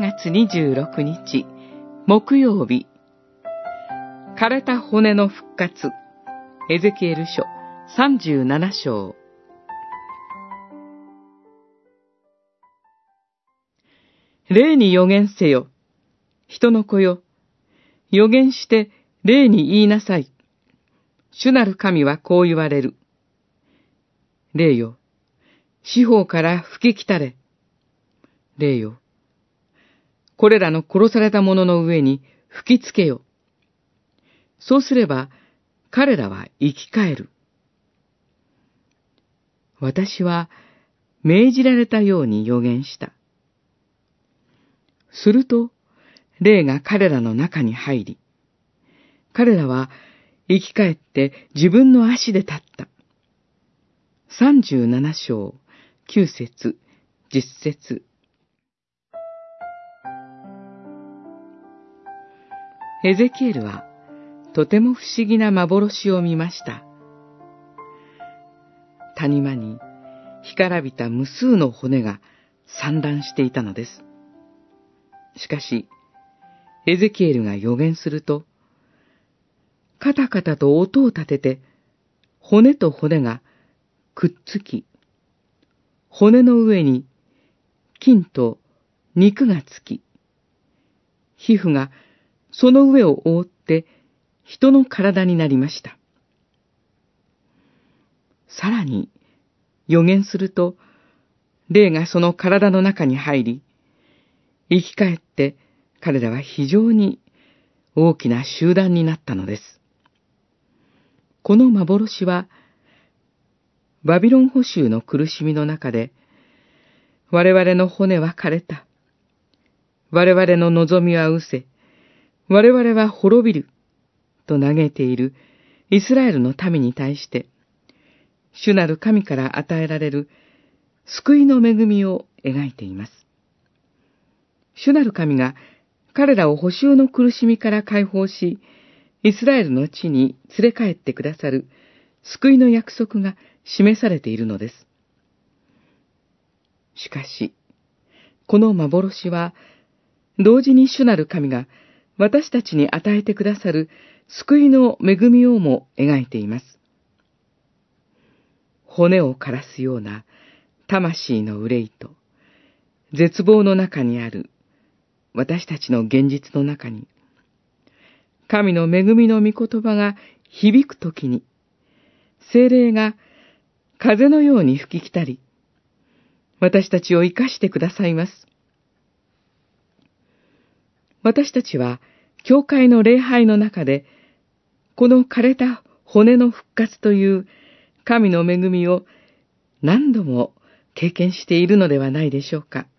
月26日、木曜日。枯れた骨の復活。エゼキエル書37章。霊に預言せよ。人の子よ。預言して霊に言いなさい。主なる神はこう言われる。霊よ。四方から吹き来たれ。霊よ。これらの殺された者の上に吹きつけよ。そうすれば彼らは生き返る。私は命じられたように預言した。すると、霊が彼らの中に入り、彼らは生き返って自分の足で立った。37章、9節、10節。エゼキエルはとても不思議な幻を見ました。谷間に干からびた無数の骨が散乱していたのです。しかし、エゼキエルが預言すると、カタカタと音を立てて、骨と骨がくっつき、骨の上に筋と肉がつき、皮膚がその上を覆って人の体になりました。さらに預言すると、霊がその体の中に入り、生き返って彼らは非常に大きな集団になったのです。この幻は、バビロン捕囚の苦しみの中で、我々の骨は枯れた。我々の望みは失せ、我々は滅びる。と嘆いているイスラエルの民に対して、主なる神から与えられる救いの恵みを描いています。主なる神が彼らを捕囚の苦しみから解放し、イスラエルの地に連れ帰ってくださる救いの約束が示されているのです。しかし、この幻は、同時に主なる神が私たちに与えてくださる救いの恵みをも描いています。骨を枯らすような魂の憂いと、絶望の中にある私たちの現実の中に、神の恵みの御言葉が響くときに、聖霊が風のように吹き来たり、私たちを生かしてくださいます。私たちは、教会の礼拝の中で、この枯れた骨の復活という神の恵みを何度も経験しているのではないでしょうか。